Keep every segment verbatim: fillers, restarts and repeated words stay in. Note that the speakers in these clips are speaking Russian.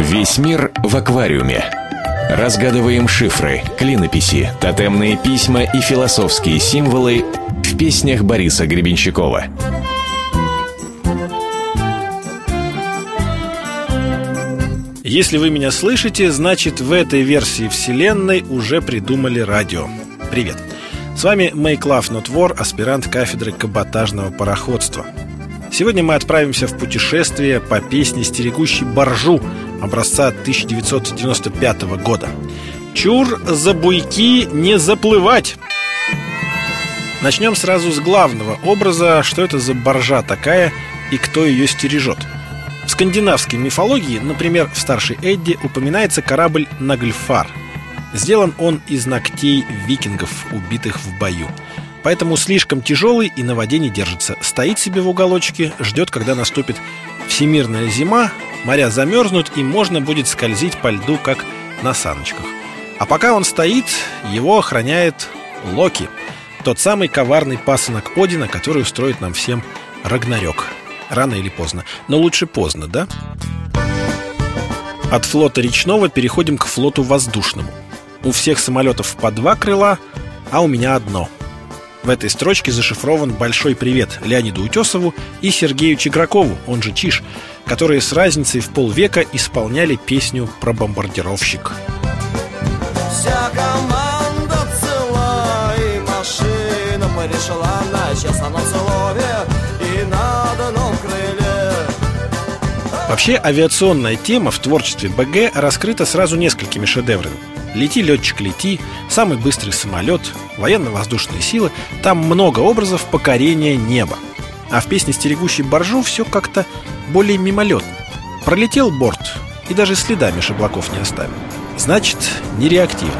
Весь мир в аквариуме. Разгадываем шифры, клинописи, тотемные письма и философские символы в песнях Бориса Гребенщикова. Если вы меня слышите, значит, в этой версии вселенной уже придумали радио. Привет. С вами Make Love Not War, аспирант кафедры каботажного пароходства. Сегодня мы отправимся в путешествие по песне «Стерегущий баржу» образца тысяча девятьсот девяносто пятого года. «Чур, за буйки не заплывать!» Начнем сразу с главного образа, что это за баржа такая и кто ее стережет. В скандинавской мифологии, например, в «Старшей Эдде» упоминается корабль Нагльфар. Сделан он из ногтей викингов, убитых в бою. Поэтому слишком тяжелый и на воде не держится. Стоит себе в уголочке, ждет, когда наступит всемирная зима, моря замерзнут и можно будет скользить по льду, как на саночках. А пока он стоит, его охраняет Локи, тот самый коварный пасынок Одина, который устроит нам всем Рагнарёк. Рано или поздно, но лучше поздно, да? От флота речного переходим к флоту воздушному. У всех самолетов по два крыла, а у меня одно. В этой строчке зашифрован большой привет Леониду Утесову и Сергею Чигракову, он же Чиж, которые с разницей в полвека исполняли песню про бомбардировщик. Вся команда цела, и машина перешла на честном слове и на одном крыле. Вообще, авиационная тема в творчестве БГ раскрыта сразу несколькими шедеврами. «Лети, летчик, лети», «Самый быстрый самолет», «Военно-воздушные силы». Там много образов покорения неба. А в песне «Стерегущий баржу» все как-то более мимолетно. Пролетел борт и даже следа меж облаков не оставил. Значит, нереактивный.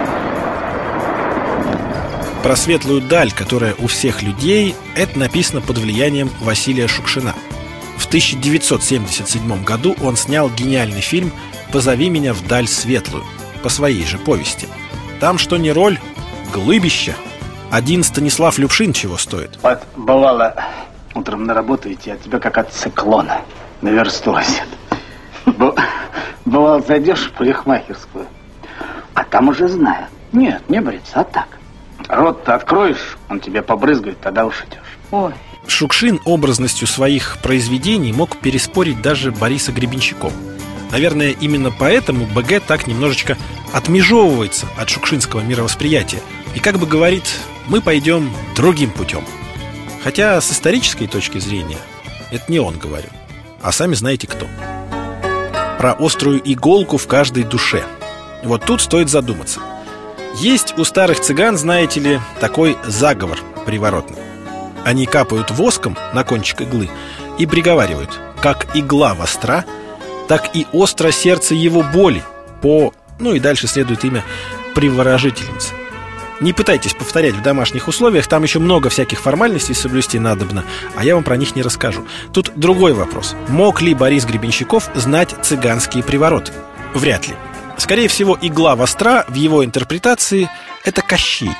Про светлую даль, которая у всех людей, это написано под влиянием Василия Шукшина. В тысяча девятьсот семьдесят седьмом году он снял гениальный фильм «Позови меня в даль светлую» по своей же повести. Там что ни роль, глыбище. Один Станислав Любшин чего стоит. Вот бывало, утром на работу идти, от тебя как от циклона на версту лосят. Бывало, зайдешь в парикмахерскую, а там уже знают. Нет, не бриться, а так. Рот-то откроешь, он тебе побрызгает, тогда уж идешь. Ой. Шукшин образностью своих произведений мог переспорить даже Бориса Гребенщикова. Наверное, именно поэтому БГ так немножечко отмежевывается от шукшинского мировосприятия и как бы говорит: мы пойдем другим путем. Хотя с исторической точки зрения это не он говорил, а сами знаете кто. Про острую иголку в каждой душе. Вот тут стоит задуматься. Есть у старых цыган, знаете ли, такой заговор приворотный. Они капают воском на кончик иглы и приговаривают: как игла востра, так и остро сердце его боли по... Ну и дальше следует имя приворожительницы. Не пытайтесь повторять в домашних условиях, там еще много всяких формальностей соблюсти надобно, а я вам про них не расскажу. Тут другой вопрос. Мог ли Борис Гребенщиков знать цыганские привороты? Вряд ли. Скорее всего, игла востра в его интерпретации — это Кощей.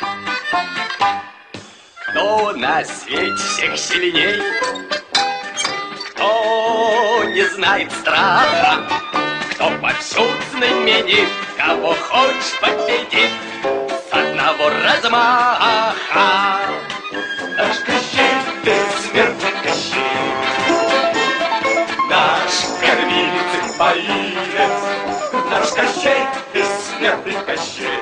Кто на свете всех сильней? Кто не знает страха? Кто повсюду знаменит? Кого хочешь победит с одного размаха? Наш Кощей, бессмертный Кощей, наш кормилец и поилец, наш Кощей, бессмертный Кощей,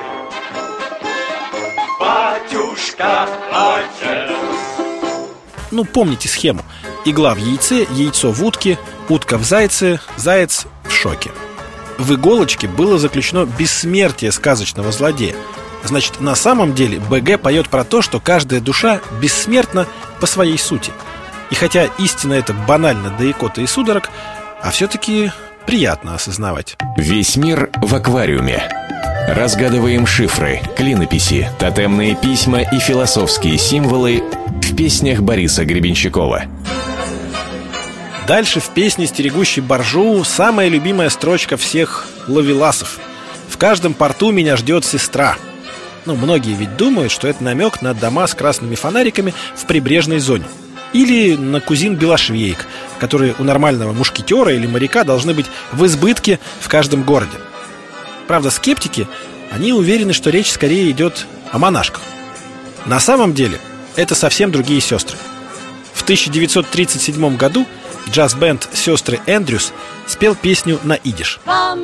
батюшка отец. Ну, помните схему. Игла в яйце, яйцо в утке, утка в зайце, заяц в шоке. В иголочке было заключено бессмертие сказочного злодея. Значит, на самом деле БГ поет про то, что каждая душа бессмертна по своей сути. И хотя истина это банально до икоты и судорог, а все-таки приятно осознавать. Весь мир в аквариуме. Разгадываем шифры, клинописи, тотемные письма и философские символы в песнях Бориса Гребенщикова. Дальше в песне «Стерегущий баржу» самая любимая строчка всех ловеласов. «В каждом порту меня ждет сестра». Ну, многие ведь думают, что это намек на дома с красными фонариками в прибрежной зоне. Или на кузин белошвеек, которые у нормального мушкетера или моряка должны быть в избытке в каждом городе. Правда, скептики, они уверены, что речь скорее идет о монашках. На самом деле, это совсем другие сестры. В тысяча девятьсот тридцать седьмом году джаз-бенд «Сестры Эндрюс» спел песню на идиш.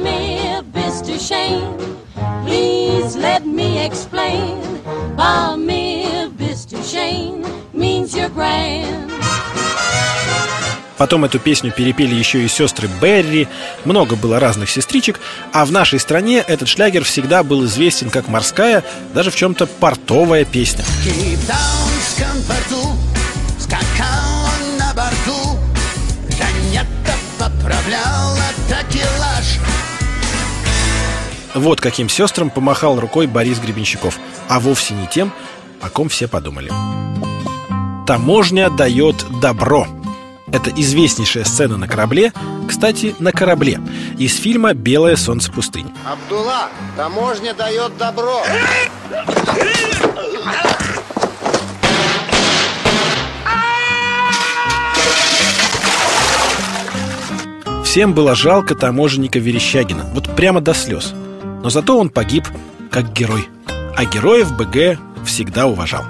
Потом эту песню перепели еще и сестры Берри. Много было разных сестричек. А в нашей стране этот шлягер всегда был известен как морская, даже в чем-то портовая песня. В Кейптаунском порту скакала на борту, Жанетта поправляла такелаж. Вот каким сестрам помахал рукой Борис Гребенщиков, а вовсе не тем, о ком все подумали. Таможня дает добро. Это известнейшая сцена на корабле, кстати, на корабле, из фильма «Белое солнце пустыни». Абдулла, таможня дает добро. Всем было жалко таможенника Верещагина, вот прямо до слез. Но зато он погиб как герой. А героев БГ всегда уважал.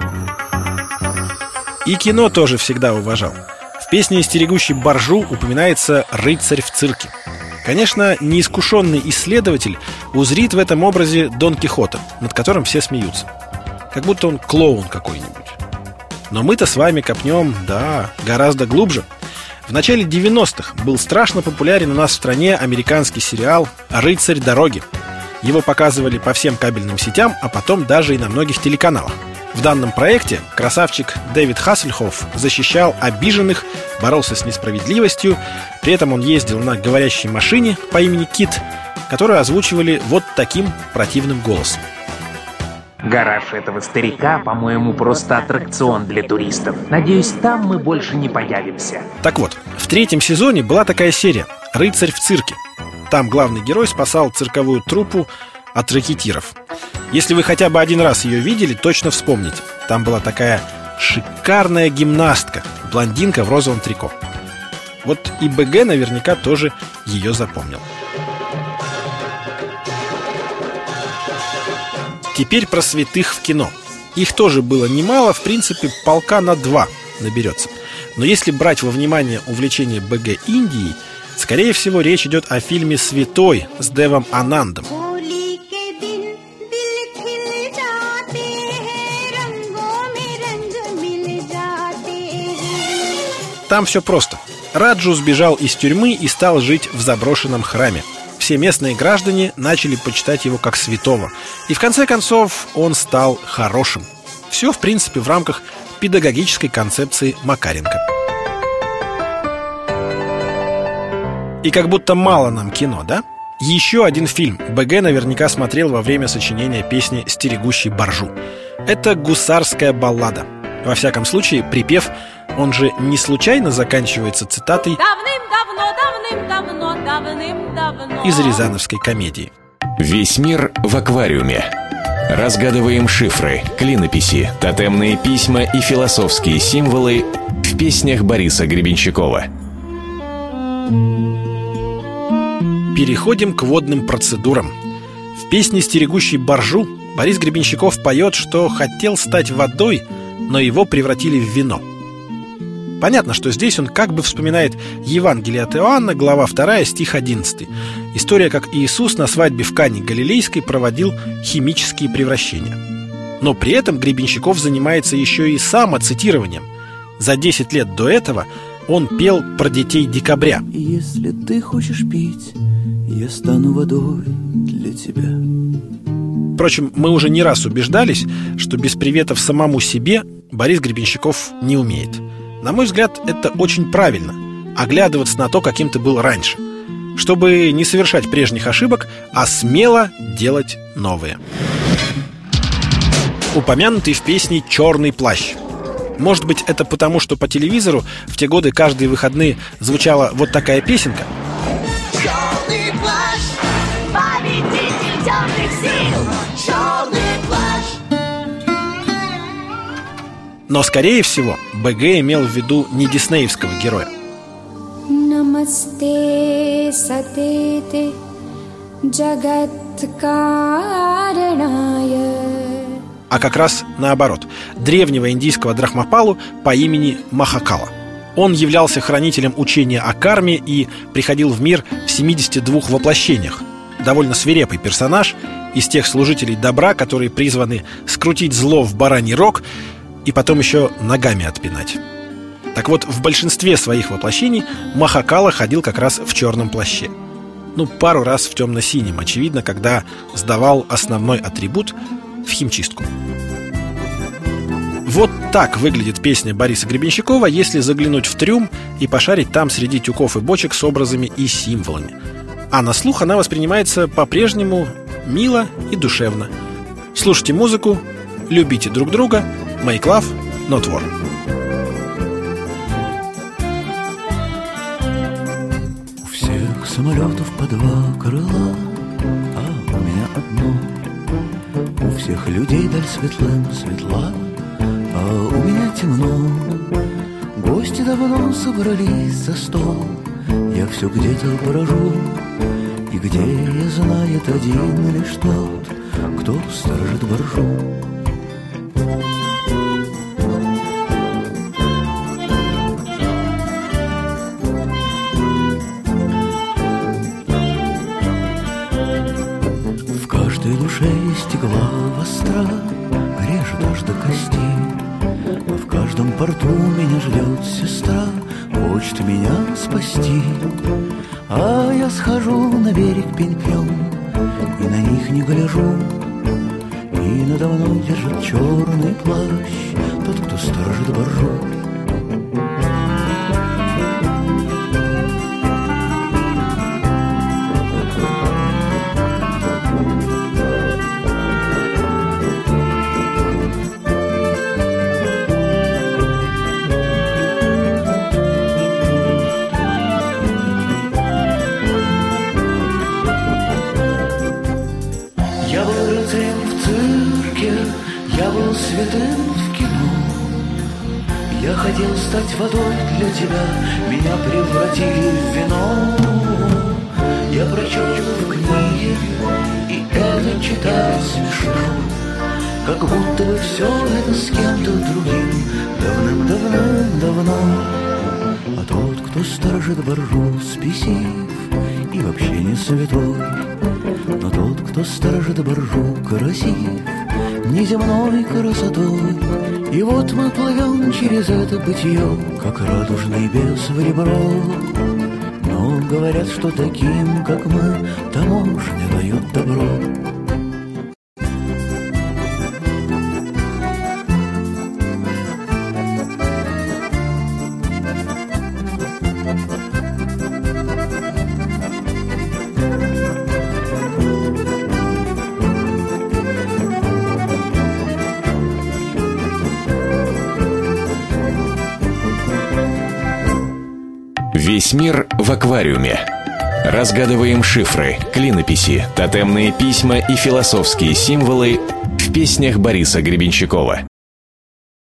И кино тоже всегда уважал. В песне «Стерегущий боржу» упоминается рыцарь в цирке. Конечно, неискушенный исследователь узрит в этом образе Дон Кихота, над которым все смеются. Как будто он клоун какой-нибудь. Но мы-то с вами копнем, да, гораздо глубже. В начале девяностых был страшно популярен у нас в стране американский сериал «Рыцарь дороги». Его показывали по всем кабельным сетям, а потом даже и на многих телеканалах. В данном проекте красавчик Дэвид Хассельхофф защищал обиженных, боролся с несправедливостью. При этом он ездил на говорящей машине по имени Кит, которую озвучивали вот таким противным голосом. Гараж этого старика, по-моему, просто аттракцион для туристов. Надеюсь, там мы больше не появимся. Так вот, в третьем сезоне была такая серия «Рыцарь в цирке». Там главный герой спасал цирковую труппу от рэкетиров. Если вы хотя бы один раз ее видели, точно вспомните. Там была такая шикарная гимнастка, блондинка в розовом трико. Вот и БГ наверняка тоже ее запомнил. Теперь про святых в кино. Их тоже было немало, в принципе, полка на два наберется. Но если брать во внимание увлечение БГ Индией, скорее всего, речь идет о фильме «Святой» с Девом Анандом. Там все просто. Раджу сбежал из тюрьмы и стал жить в заброшенном храме. Все местные граждане начали почитать его как святого. И в конце концов он стал хорошим. Все, в принципе, в рамках педагогической концепции Макаренко. И как будто мало нам кино, да? Еще один фильм БГ наверняка смотрел во время сочинения песни «Стерегущий боржу». Это гусарская баллада. Во всяком случае, припев, он же не случайно заканчивается цитатой Давным-давно, давным-давно, давным-давно из рязановской комедии. Весь мир в аквариуме. Разгадываем шифры, клинописи, тотемные письма и философские символы в песнях Бориса Гребенщикова. Переходим к водным процедурам. В песне «Стерегущий боржу» Борис Гребенщиков поет, что хотел стать водой, но его превратили в вино. Понятно, что здесь он как бы вспоминает Евангелие от Иоанна, глава вторая, стих одиннадцатый. История, как Иисус на свадьбе в Кане Галилейской проводил химические превращения. Но при этом Гребенщиков занимается еще и самоцитированием. За десять лет до этого он пел про детей декабря. Если ты хочешь пить, я стану водой для тебя. Впрочем, мы уже не раз убеждались, что без приветов самому себе Борис Гребенщиков не умеет. На мой взгляд, это очень правильно – оглядываться на то, каким ты был раньше, чтобы не совершать прежних ошибок, а смело делать новые. Упомянутый в песне «Черный плащ». Может быть, это потому, что по телевизору в те годы каждые выходные звучала вот такая песенка. Черный плащ, победитель темных сил, черный плащ. Но, скорее всего, БГ имел в виду не диснеевского героя. Намасте сатете джагат караная. А как раз наоборот, древнего индийского Драхмапалу по имени Махакала. Он являлся хранителем учения о карме и приходил в мир в семидесяти двух воплощениях. Довольно свирепый персонаж из тех служителей добра, которые призваны скрутить зло в бараний рог и потом еще ногами отпинать. Так вот, в большинстве своих воплощений Махакала ходил как раз в черном плаще. Ну, пару раз в темно-синем, очевидно, когда сдавал основной атрибут в химчистку. Вот так выглядит песня Бориса Гребенщикова, если заглянуть в трюм и пошарить там среди тюков и бочек с образами и символами. А на слух она воспринимается по-прежнему мило и душевно. Слушайте музыку, любите друг друга. Make love, not war. У всех самолетов по два крыла, а у меня одно. У всех людей даль светлым светла, а у меня темно. Гости давно собрались за стол, я все где-то брожу, и где я знает один лишь тот, кто сторожит боржу. В каждой душе есть игла востра, режет аж до костей. А в каждом порту меня ждет сестра, хочет меня спасти. А я схожу на берег Пинь-Пьон и на них не гляжу. И надо мной держит черный плащ тот, кто сторожит боржу. Я был рыцарем в цирке, я был святым в кино. Я хотел стать водой для тебя, меня превратили в вино. Я прочел в книге, и это читать смешно, как будто бы все это с кем-то другим давным-давным-давно. А тот, кто сторожит боржу, спесив и вообще не святой. Но тот, кто сторожит боржу, красив неземной красотой. И вот мы плывем через это бытие, как радужный бес в ребро. Но говорят, что таким, как мы, таможня дает добро. Весь мир в аквариуме. Разгадываем шифры, клинописи, тотемные письма и философские символы в песнях Бориса Гребенщикова.